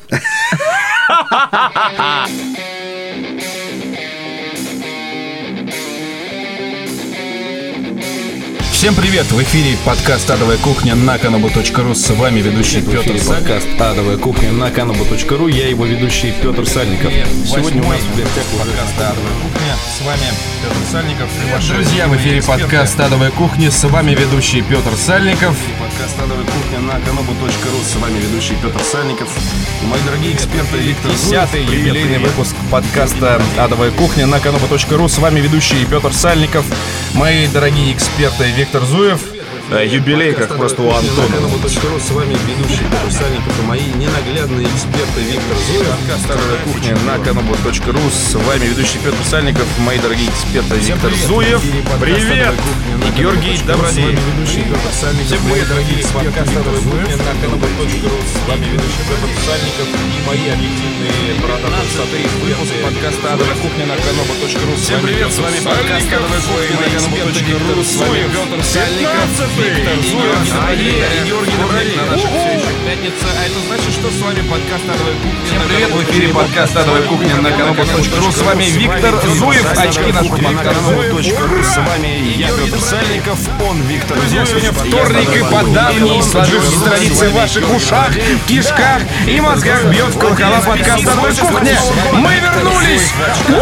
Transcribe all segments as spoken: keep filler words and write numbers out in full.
Всем привет! В эфире подкаст «Адовая кухня» на канобу точка ру. С вами ведущий Петр Сальников. Подкаст «Адовая кухня» на канобу точка ру. Я его ведущий Петр Сальников. Сегодня у нас в гостях подкаст «Адовая кухня». С вами Петр Сальников. Друзья, в эфире подкаст «Адовая кухня». С вами ведущий Петр Сальников. Подкаст «Адовая кухня» на канобу точка ру. С вами ведущий Петр Сальников. Мои дорогие эксперты, Виктор Зуев. Десятый юбилейный выпуск подкаста «Адовая кухня» на канобу точка ру. С вами ведущий Петр Сальников. Мои дорогие эксперты, Виктор Зуев. Юбилей, как просто у Антона. С вами ведущий Петр Сальников и мои ненаглядные эксперты Виктор Зуев. Подкаст «Адовая кухня» на канобу точка ру. С вами ведущий Петр Сальников, мои дорогие эксперты Виктор Зуев. Привет! И Георгий Добродеев. Всем мои дорогие эксперты «Адовая кухня» на канобу точка ру. С вами ведущий Петр Сальников и мои объективные брата красоты. Выпуск подкаста «Адовая кухня» на канобу точка ру. Всем привет, с вами подкаст «Адовая кухня» на канобу точка ру. С вами Петр Сальников. Виктор Зуев, Георгий Добродеев. На нашей все еще пятница. А это значит, что с вами подкаст «Адовая кухня». Всем привет, в эфире подкаст «Адовая кухня» на канобу точка ру. С вами Виктор Зуев. Очки нашего подкаста канобу точка ру. С вами я, Петр Сальников, он Виктор Зуев. Сегодня вторник, и по давней сложившейся традиции в ваших ушах, кишках и мозгах бьет в колокола подкаст «Адовая кухня». Мы вернулись!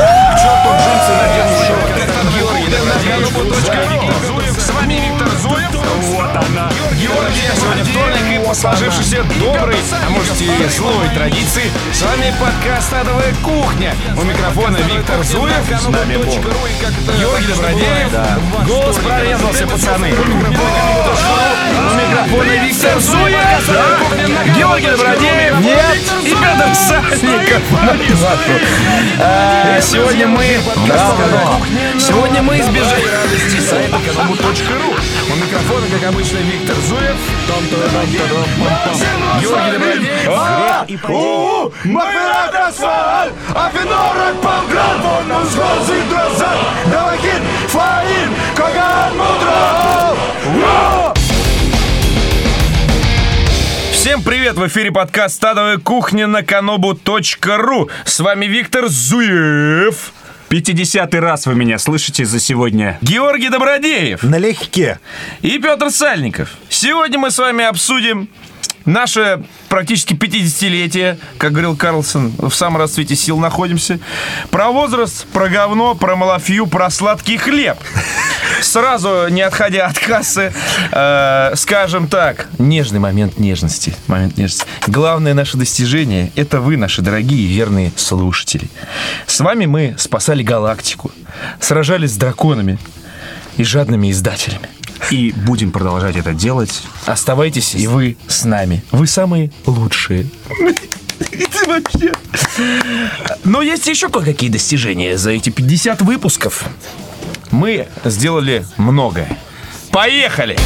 С вами Виктор Зуев. Вот она. Георгий, сегодня вторник, и по сложившейся доброй, а может и злой традиции, с вами подкаст «Адовая кухня». У микрофона Виктор Зуев. С нами Бог. Георгий Добродеев. Да. Голос прорезался, пацаны. У микрофона Виктор Зуев. Да. Георгий Добродеев. Нет. И Петр Сальников. А, сегодня мы... Сегодня мы избежали радости сайта канобу точка ру. У микрофона, как обычно, Виктор Зуев. Георгий Добродеев. Всем привет! В эфире подкаст «Адовая кухня» на канобу точка ру. С вами Виктор Зуев. пятидесятый раз вы меня слышите за сегодня. Георгий Добродеев. Налегке. И Петр Сальников. Сегодня мы с вами обсудим наше практически пятидесятилетие, как говорил Карлсон, в самом расцвете сил находимся. Про возраст, про говно, про малафью, про сладкий хлеб. Сразу, не отходя от кассы, э, скажем так, нежный момент нежности. Момент нежности. Главное наше достижение — это вы, наши дорогие и верные слушатели. С вами мы спасали галактику, сражались с драконами и жадными издателями. И будем продолжать это делать. Оставайтесь и вы с нами. Вы самые лучшие. Это вообще... Но есть еще кое-какие достижения за эти пятьдесят выпусков. Мы сделали многое. Поехали!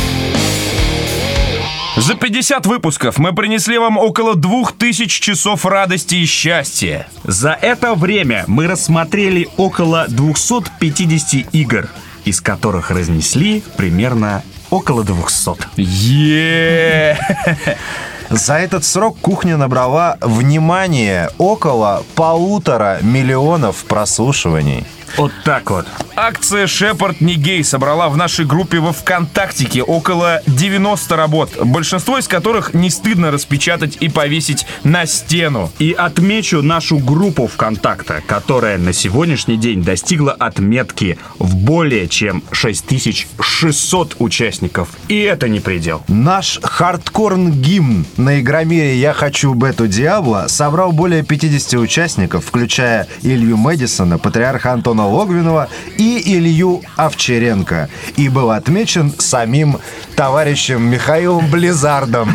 За пятьдесят выпусков мы принесли вам около двух тысяч часов радости и счастья. За это время мы рассмотрели около двухсот пятидесяти игр, из которых разнесли примерно около двухсот. Е-е-е! За этот срок кухня набрала внимание около полутора миллионов прослушиваний. Вот так вот. Акция «Шепард не гей» собрала в нашей группе во ВКонтактике около девяноста работ, большинство из которых не стыдно распечатать и повесить на стену. И отмечу нашу группу ВКонтакте, которая на сегодняшний день достигла отметки в более чем шесть тысяч шестьсот участников. И это не предел. Наш хардкорн-гимн на Игромире «Я хочу бету Диабло» собрал более пятидесяти участников, включая Илью Мэдисона, патриарха Антона Логвинова и Илью Овчаренко, и был отмечен самим товарищем Михаилом Близзардом.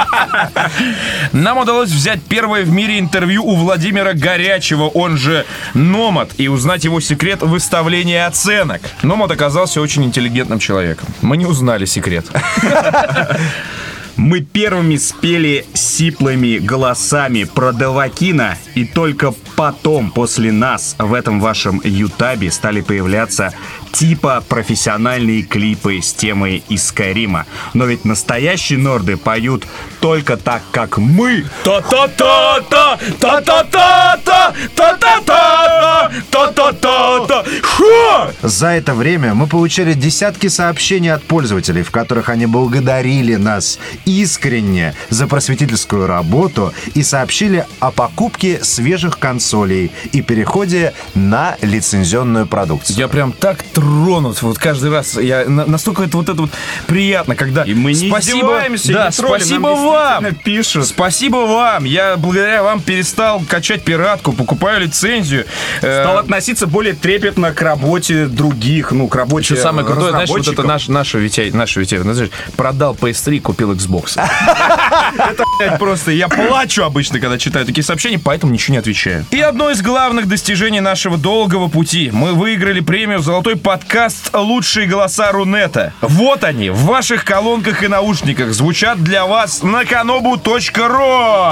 Нам удалось взять первое в мире интервью у Владимира Горячего, он же Номад, и узнать его секрет выставления оценок. Номад оказался очень интеллигентным человеком. Мы не узнали секрет. Мы первыми спели сиплыми голосами про Делвакина, и только потом, после нас, в этом вашем ютабе стали появляться типа профессиональные клипы с темой из Скайрима. Но ведь настоящие норды поют только так, как мы. Та-та-та-та! Та-та-та-та! Та-та-та-та! Та-та-та-та! Ха! За это время мы получили десятки сообщений от пользователей, в которых они благодарили нас искренне за просветительскую работу и сообщили о покупке свежих консолей и переходе на лицензионную продукцию. Я прям так тронут. Вот каждый раз. Я на- настолько это вот это вот приятно, когда. И мы не спасибо, издеваемся, да, не троллим, спасибо нам вам. действительно пишут. Спасибо вам. Я благодаря вам перестал качать пиратку, покупаю лицензию. Э, Стал относиться более трепетно к работе других, ну, к работе Что самое крутое, знаешь, вот это разработчиков. наш, наша Витя, наша Витя, знаешь, продал пи эс три, купил Xbox. Это, блядь, просто, я плачу обычно, когда читаю такие сообщения, поэтому ничего не отвечаю. И одно из главных достижений нашего долгого пути. Мы выиграли премию «Золотой подкаст. Лучшие голоса Рунета». Вот они, в ваших колонках и наушниках, звучат для вас на канобу точка ру.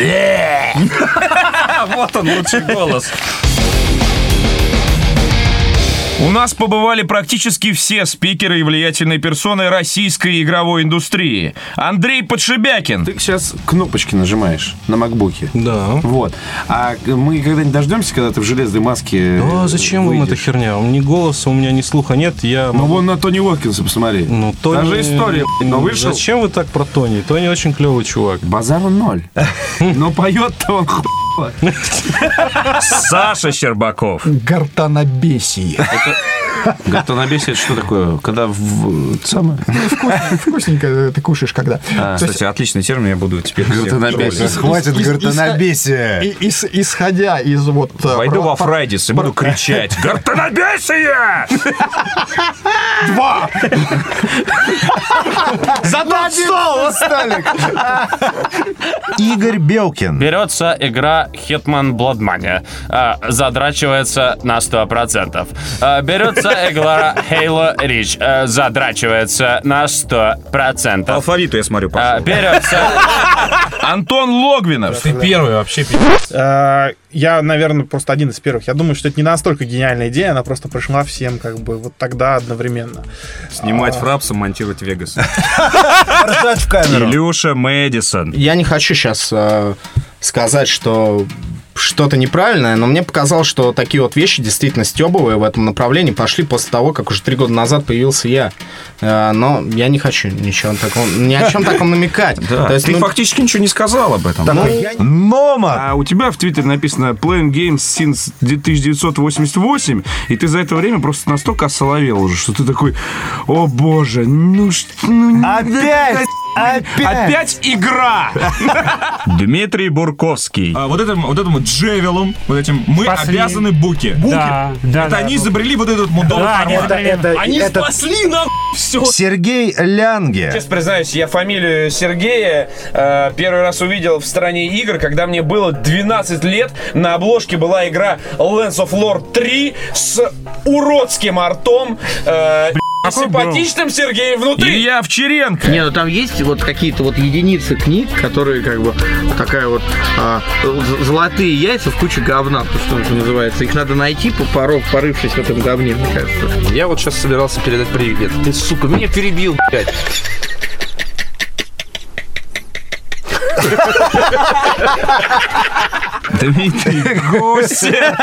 Вот он, лучший голос. У нас побывали практически все спикеры и влиятельные персоны российской игровой индустрии. Андрей Подшибякин. Ты сейчас кнопочки нажимаешь на макбуке. Да. Вот. А мы когда-нибудь дождемся, когда ты в железной маске. Ну, а зачем вам эта выйдешь? херня? У меня ни голоса, у меня ни слуха нет. Я... Ну, вон на Тони Уоткинса посмотри. Ну, Тони... Та же история, но вышел. Зачем вы так про Тони? Тони очень клевый чувак. Базару ноль. Но поет-то он хуй. Саша Щербаков. Гортанобесие. Гортанобесие — это что такое? Когда в... самое? Вкусненько ты кушаешь, когда. То есть, Кстати, отличный термин, я буду теперь... Гортанобесие. Хватит Ис- ис- гортанобесия. и- ис- исходя из вот... э, Войду про- во про- Фрайдис и буду кричать: «Гортанобесие!» Игорь Белкин. Берется игра Hitman Blood Money. А, задрачивается на сто процентов. А, берется игра Halo Reach. А, задрачивается на сто По процентов. алфавиту, я смотрю, А, пошел. берется... Антон Логвинов. Ты первый вообще. Э, Я, наверное, просто один из первых. Я думаю, что это не настолько гениальная идея, она просто пришла всем как бы вот тогда одновременно. Снимать фрапсом, монтировать Вегас. Ржать в камеру. Илюша Мэдисон. Я не хочу сейчас сказать, что что-то неправильное, но мне показалось, что такие вот вещи действительно стёбовые в этом направлении пошли после того, как уже три года назад появился я. Э, Но я не хочу ничего такого, ни о чем таком намекать. Да, То есть, ты ну, фактически ничего не сказал об этом. Номад. А у тебя в Твиттере написано «Playing games since тысяча девятьсот восемьдесят восемь», и ты за это время просто настолько осоловел уже, что ты такой: «О боже, ну что...» ну, Опять! Опять! Опять игра! Дмитрий Бурковский. А, вот, этим, вот этому джевелом, вот этим мы Спасли. обязаны Буки. Буки. Да, да, это да, они вот. изобрели вот этот мудовый Да, формат. это- это- Они это- спасли нахуй все. Сергей Лянге. Честно признаюсь, я фамилию Сергея э, первый раз увидел в «Стране игр», когда мне было двенадцать лет. На обложке была игра Lands of Lore три с уродским артом. Э, и симпатичным Сергеем внутри. Илья Овчаренко. Не, ну там есть вот какие-то вот единицы книг, которые как бы такая вот а, з- золотые яйца в куче говна, то, что это называется. Их надо найти, поров, порывшись в этом говне, мне кажется. Я вот сейчас собирался передать привет. Ты, сука, меня перебил, блядь. Дмитрий Гусев.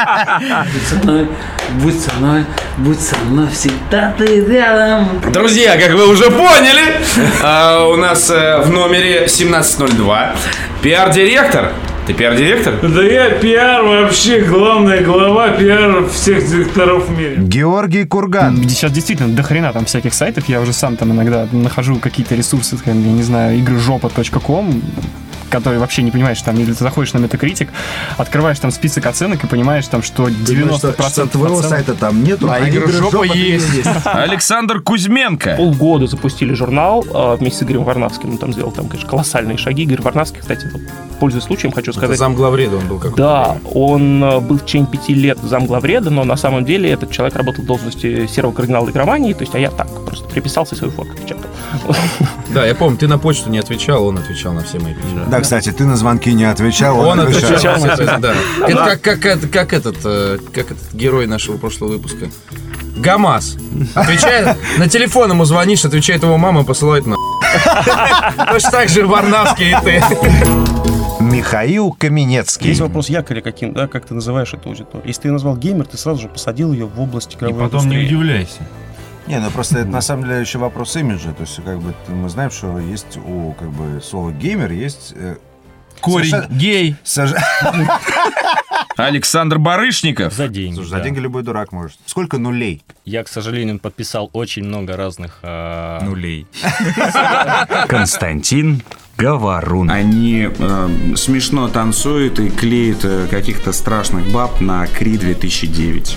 Будь со мной, будь со мной, всегда ты рядом. Друзья, как вы уже поняли, а, у нас э, в номере семнадцать ноль два пиар-директор. Ты пиар-директор? Да я пиар вообще, главная глава пиара всех директоров в мире. Георгий Курган. Сейчас действительно до хрена там всяких сайтов. Я уже сам там иногда нахожу какие-то ресурсы, там, я не знаю, игрыжопа точка ком, который вообще не понимаешь, там, или ты заходишь на Metacritic, открываешь там список оценок и понимаешь там, что девяносто процентов твоего оценок- сайта там нету, А игры игры-жопа жопа есть. Александр Кузьменко. Полгода запустили журнал э, вместе с Игорем Варнавским. Он там сделал, там, конечно, колоссальные шаги. Игорь Варнавский, кстати, вот, пользуясь случаем, хочу сказать... Замглавреда он был какой-то. Да, он э, был в течение пяти лет замглавреда, но на самом деле этот человек работал в должности серого кардинала игромании, то есть, а я так, просто приписался и свой флаг отпечатал. Да, я помню, ты на почту не отвечал, он отвечал на все мои письма. Да, кстати, ты на звонки не отвечал, Он отвечал, да. Это как, как, это- как этот, э, как этот герой нашего прошлого выпуска. ГАМАЗ. Отвечает, на телефон ему звонишь, отвечает его мама, посылает на. Точно так же Варнавский и ты. Михаил Каменецкий. Есть вопрос якоря каким, да, как ты называешь эту аудиторию. Если ты ее назвал геймер, ты сразу же посадил ее в область игровой И потом не индустрии. удивляйся. Не, ну просто это на самом деле еще вопрос имиджа. То есть, как бы мы знаем, что есть у как бы слова геймер есть. э, Корень совершенно- гей. сож- Александр Барышников. За деньги. Слушай, за да. деньги любой дурак может. Сколько нулей? Я, к сожалению, подписал очень много разных... э, Нулей. Константин Говорун. Они э, смешно танцуют и клеят э, каких-то страшных баб на Кри две тысячи девять.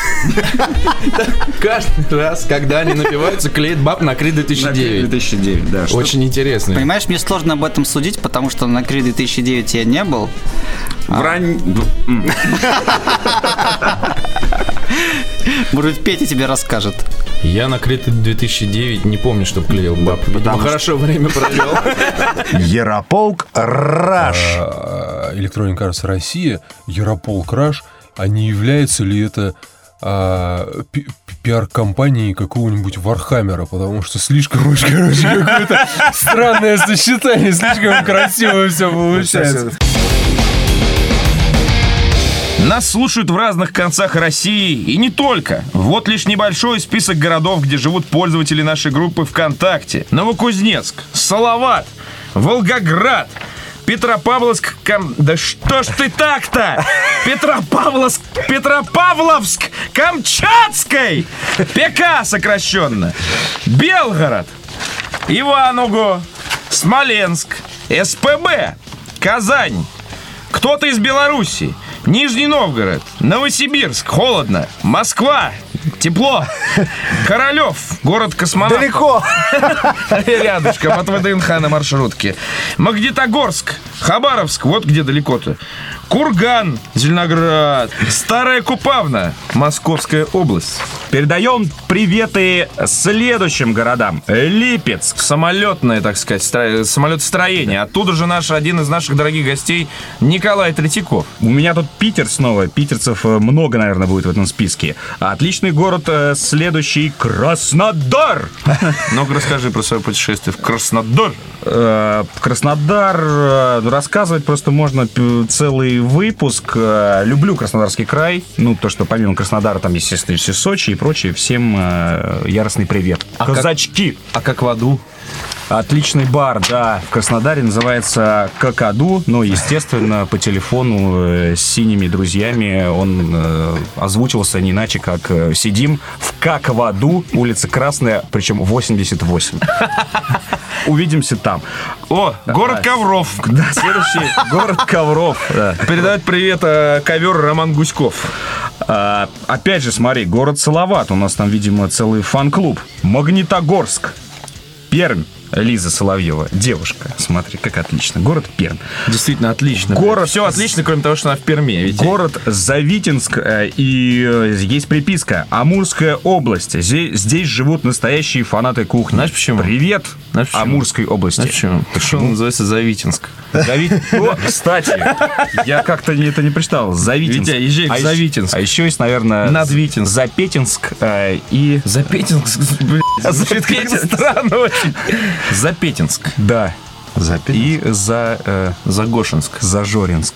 Каждый раз, когда они напиваются, клеит баб на Кри две тысячи девять. две тысячи девять, да. что- Очень интересно. Понимаешь, мне сложно об этом судить, потому что на Кри две тысячи девять я не был. Врань... Может, Петя тебе расскажет. Я на Кри две тысячи девять не помню, чтобы клеил баб. Видимо, хорошо время провел. Ярополк Раш. Electronic Arts Россия, Ярополк Раш, а не является ли это а, пи- пиар-компанией какого-нибудь Вархаммера, потому что слишком уж, короче, какое-то странное сочетание, слишком красиво все получается. Нас слушают в разных концах России и не только. Вот лишь небольшой список городов, где живут пользователи нашей группы ВКонтакте. Новокузнецк, Салават, Волгоград, Петропавловск, Кам... Да что ж ты так-то? Петропавловск, Петропавловск, Камчатской, ПК сокращенно, Белгород, Иваново, Смоленск, СПБ, Казань, кто-то из Беларуси, Нижний Новгород, Новосибирск, холодно, Москва, тепло, Королев, город космонавтов. Далеко. Рядышком от ВДНХ на маршрутке. Магнитогорск, Хабаровск, вот где далеко-то. Курган, Зеленоград, Старая Купавна, Московская область. Передаем приветы следующим городам. Липецк. Самолетное, так сказать, стро... самолетостроение. Оттуда же наш, один из наших дорогих гостей Николай Третьяков. У меня тут Питер снова. Питерцев э, много, наверное, будет в этом списке. Отличный город э, следующий. Краснодар. Ну-ка расскажи про свое путешествие в Краснодар. Э, Краснодар. э, Рассказывать просто можно п- целый выпуск. Э, Люблю Краснодарский край. Ну, то, что помимо Краснодара там, естественно, все Сочи и прочее. Всем э, яростный привет. А как- Казачки. А как в аду? Отличный бар, да, в Краснодаре называется Какаду, но, естественно, по телефону э, с синими друзьями он э, озвучивался не иначе, как э, сидим в Какваду, улица Красная, причем восемьдесят восемь. Увидимся там. О, город Ковров. Да, следующий город Ковров. Да. Передает привет э, ковер Роман Гуськов. А, опять же, смотри, город Салават. У нас там, видимо, целый фан-клуб. Магнитогорск. Пермь. Лиза Соловьева, девушка. Смотри, как отлично. Город Пермь. Действительно отлично. Город... Все отлично, кроме того, что она в Перми. Ведь Город Завитинск. э, И э, есть приписка. Амурская область. Здесь, здесь живут настоящие фанаты кухни. Знаешь почему? Привет, Знаешь почему? Амурской области. Знаешь почему? Что он называется Завитинск? Завит... О, кстати, я как-то не- это не прочитал. Завитинск. Витя, езжай в а Завитинск. Еще, а еще есть, наверное, Надвитинск. Запетинск э, и... Запетинск, блядь, звучит как-то странно очень. Запетинск. Да. Запетинск. И за... э, Загошинск. Зажоринск.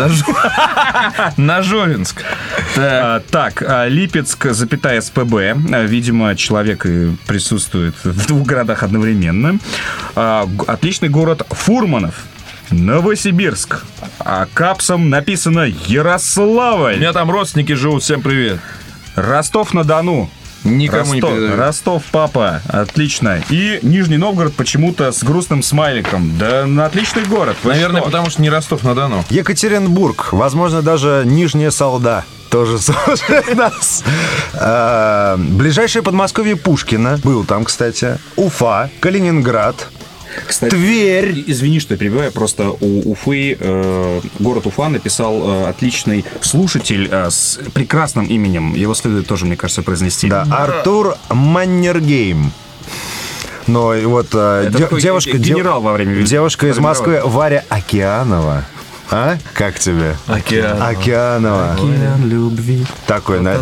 Нажоринск. А, Так, а, Липецк, запятая СПБ. А, Видимо, человек и присутствует в двух городах одновременно. А, г- Отличный город Фурманов. Новосибирск. А капсом написано У Ярославль. меня там родственники живут, всем привет. Ростов-на-Дону. Никому не Ростов, передаю. Ростов, папа, отлично. И Нижний Новгород почему-то с грустным смайликом. Да, на отличный город. Вы Наверное, что? потому что не Ростов-на-Дону. Екатеринбург, возможно, даже Нижняя Салда. Тоже слушает нас. А, Ближайшее Подмосковье Пушкино. Был там, кстати. Уфа, Калининград. Кстати, Тверь. Извини, что я перебиваю, просто у Уфы, э, город Уфа написал э, отличный слушатель э, с прекрасным именем. Его следует тоже, мне кажется, произнести. Да, Артур Маннергейм. Но и вот э, Это де- такой девушка, генерал во время девушка из формирования. Москвы Варя Океанова. А? Как тебе? Океанова. Океанова. Океан любви. Такой, на...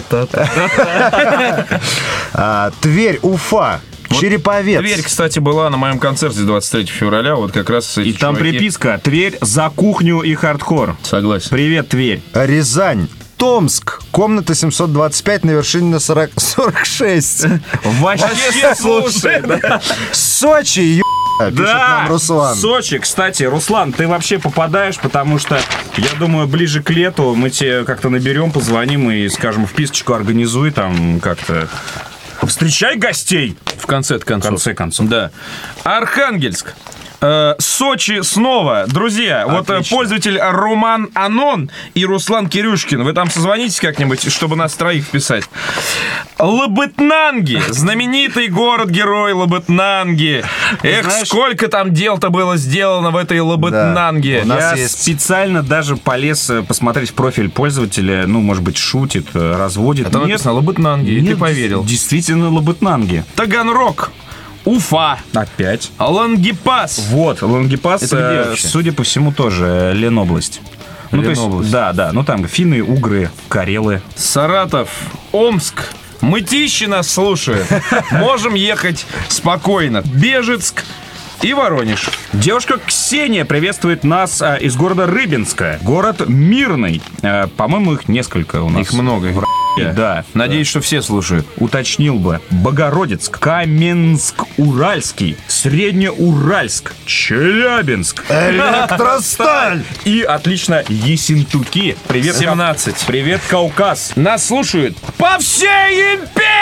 А, Тверь, Уфа. Череповец. Тверь, кстати, была на моем концерте двадцать третьего февраля, вот как раз эти И там чуваки- приписка: Тверь за кухню и хардкор. Согласен. Привет, Тверь. Рязань. Томск. Комната семьсот двадцать пять на вершине на сорок, сорок шесть. Вообще, слушай. да. Сочи, ё... пишет Да, нам Руслан. Сочи, кстати, Руслан, ты вообще попадаешь, потому что, я думаю, ближе к лету мы тебе как-то наберем, позвоним и скажем, вписочку организуй там как-то. Встречай гостей. В конце концов. В конце концов. Да. Архангельск. Э, Сочи снова. Друзья, вот э, Отлично. пользователь Роман Анон и Руслан Кирюшкин. Вы там созвонитесь как-нибудь, чтобы нас троих вписать. Лабытнанги. Знаменитый город-герой Лабытнанги. Эх, знаешь- сколько там дел-то было сделано в этой Лабытнанге. У нас Я есть- специально даже полез э, посмотреть профиль пользователя, ну, может быть, шутит, э, разводит. А там Нет, написано Лабытнанги, и ты нет, поверил. Действительно, Лабытнанги. Таганрог. Уфа. Опять. Лангепас. Вот, Лангепас, Это где э, вообще? судя по всему, тоже э, Ленобласть. Ну, то есть, Ленобласть. да, да, ну там финны, угры, карелы. Саратов, Омск, Мытищи нас слушает. Можем ехать спокойно. Бежецк и Воронеж. Девушка Ксения приветствует нас а, из города Рыбинска. Город мирный. А, по-моему, их несколько у нас. Их много. В России, да. Надеюсь, что все слушают. Уточнил бы. Богородицк, Каменск-Уральский, Среднеуральск, Челябинск. Электросталь. И отлично Ессентуки. Привет, семнадцать. Привет, Кавказ. Нас слушают по всей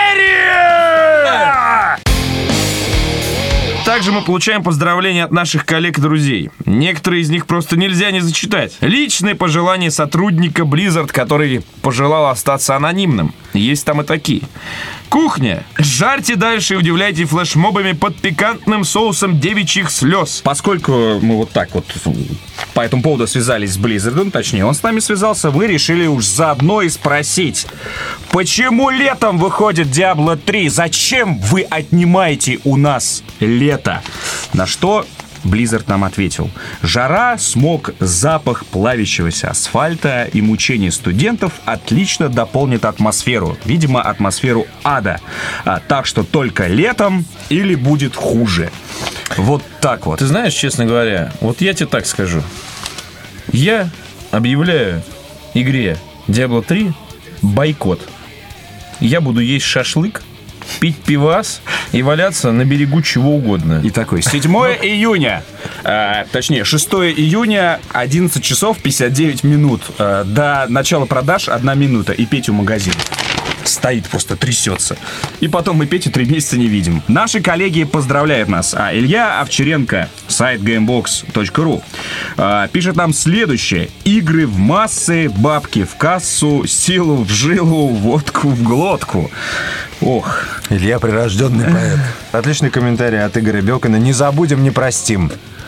империи! Также мы получаем поздравления от наших коллег и друзей. Некоторые из них просто нельзя не зачитать. Личные пожелания сотрудника Blizzard, который пожелал остаться анонимным. Есть там и такие. Кухня. Жарьте дальше и удивляйте флешмобами под пикантным соусом девичьих слез. Поскольку мы вот так вот по этому поводу связались с Blizzard, точнее, он с нами связался, мы решили уж заодно и спросить, почему летом выходит Diablo три? Зачем вы отнимаете у нас лето? На что Blizzard нам ответил: жара, смог, запах плавящегося асфальта и мучения студентов отлично дополнит атмосферу. Видимо, атмосферу ада. А, так что только летом или будет хуже. Вот так вот. Ты знаешь, честно говоря, вот я тебе так скажу. Я объявляю игре Diablo три бойкот. Я буду есть шашлык, пить пивас и валяться на берегу чего угодно. И такой, седьмого июня, э, точнее, шестого июня, одиннадцать часов пятьдесят девять минут. Э, до начала продаж одна минута. И Петю в магазин. Стоит, просто трясется. И потом мы Петю три месяца не видим. Наши коллеги поздравляют нас. А Илья Овчаренко, сайт геймбокс точка ру, э, пишет нам следующее. Игры в массы, бабки в кассу, силу в жилу, водку в глотку. Ох. Илья прирожденный поэт. Отличный комментарий от Игоря Белкина. Не забудем, не простим.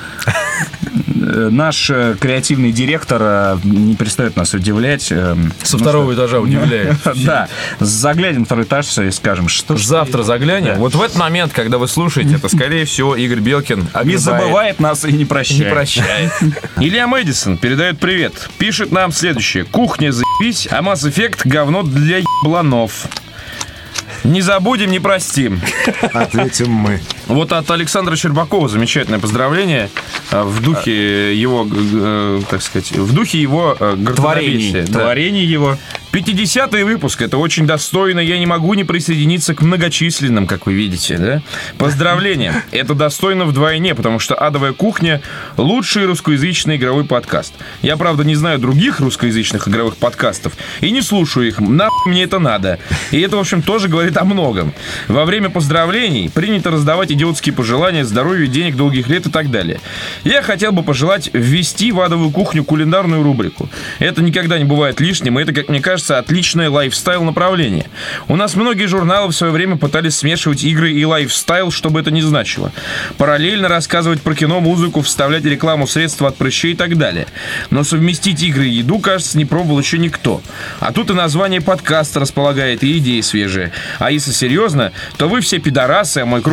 Наш э, креативный директор э, не перестает нас удивлять. э, Со ну второго что- этажа удивляет. Да. Заглянем на второй этаж и скажем, что... ж Завтра заглянем. Да. Вот в этот момент, когда вы слушаете, это, скорее всего, Игорь Белкин Не огибает. забывает нас и не прощает. Не прощает. Илья Мэдисон передает привет. Пишет нам следующее. Кухня заебись, а Mass Effect говно для ебланов. Не забудем, не простим. Ответим мы. Вот от Александра Щербакова замечательное поздравление э, в духе его, э, так сказать, в духе его э, Творений. гражданописия. Да. Творений его. пятидесятый выпуск. Это очень достойно. Я не могу не присоединиться к многочисленным, как вы видите, да? Поздравления. Это достойно вдвойне, потому что «Адовая кухня» — лучший русскоязычный игровой подкаст. Я, правда, не знаю других русскоязычных игровых подкастов и не слушаю их. Нахуй мне это надо. И это, в общем, тоже говорит о многом. Во время поздравлений принято раздавать идиотские пожелания, здоровья, денег, долгих лет и так далее. Я хотел бы пожелать ввести в «Адовую кухню» кулинарную рубрику. Это никогда не бывает лишним, и это, как мне кажется, отличное лайфстайл направление. У нас многие журналы в свое время пытались смешивать игры и лайфстайл, чтобы это не значило. Параллельно рассказывать про кино, музыку, вставлять рекламу, средства от прыщей и так далее. Но совместить игры и еду, кажется, не пробовал еще никто. А тут и название подкаста располагает, и идеи свежие. А если серьезно, то вы все пидорасы, а мой круглый стол в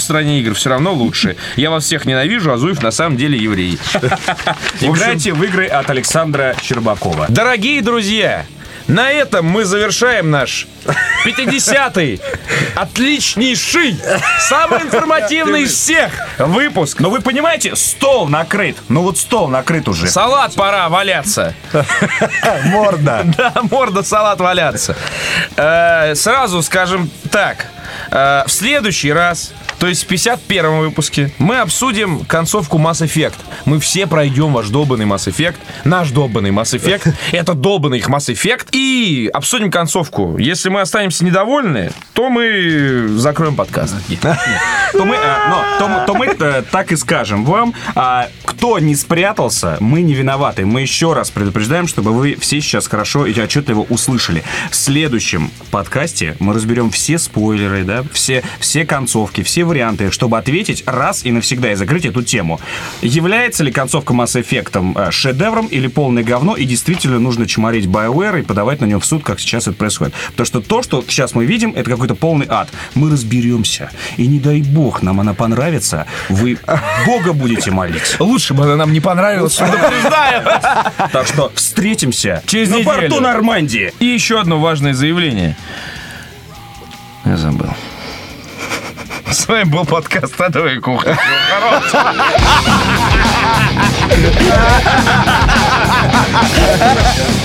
стране игр все равно лучше. Я вас всех ненавижу, а Зуев на самом деле еврей. Играйте в игры от Александра Щербакова. Дорогие друзья, на этом мы завершаем наш пятидесятый, отличнейший, самый информативный из всех выпуск. Но вы понимаете, стол накрыт. Ну вот стол накрыт уже. Салат пора валяться. Морда. Да, морда, салат валяться. Э, Сразу скажем так. э, В следующий раз, то есть в пятьдесят первом выпуске, мы обсудим концовку Mass Effect. Мы все пройдем ваш долбанный Mass Effect, наш долбанный Mass Effect, это долбанный их Mass Effect, и обсудим концовку. Если мы останемся недовольны, то мы закроем подкаст. То мы, э, но, то, мы- то мы э, так и скажем вам, а, кто не спрятался, мы не виноваты. Мы еще раз предупреждаем, чтобы вы все сейчас хорошо и отчетливо услышали. В следующем подкасте мы разберем все спойлеры, да, все, все концовки, все варианты, чтобы ответить раз и навсегда и закрыть эту тему. Является ли концовка Mass Effect э, шедевром или полное говно, и действительно нужно чморить BioWare и подавать на него в суд, как сейчас это происходит? Потому что то, что сейчас мы видим, это какой-то полный ад. Мы разберемся. И не дай бог нам она понравится, вы Бога будете молить. Лучше бы она нам не понравилась, предупреждаю. Так что встретимся Через на неделю. борту Нормандии. И еще одно важное заявление. Я забыл. С вами был подкаст «Адовая кухня». Всего хорошего.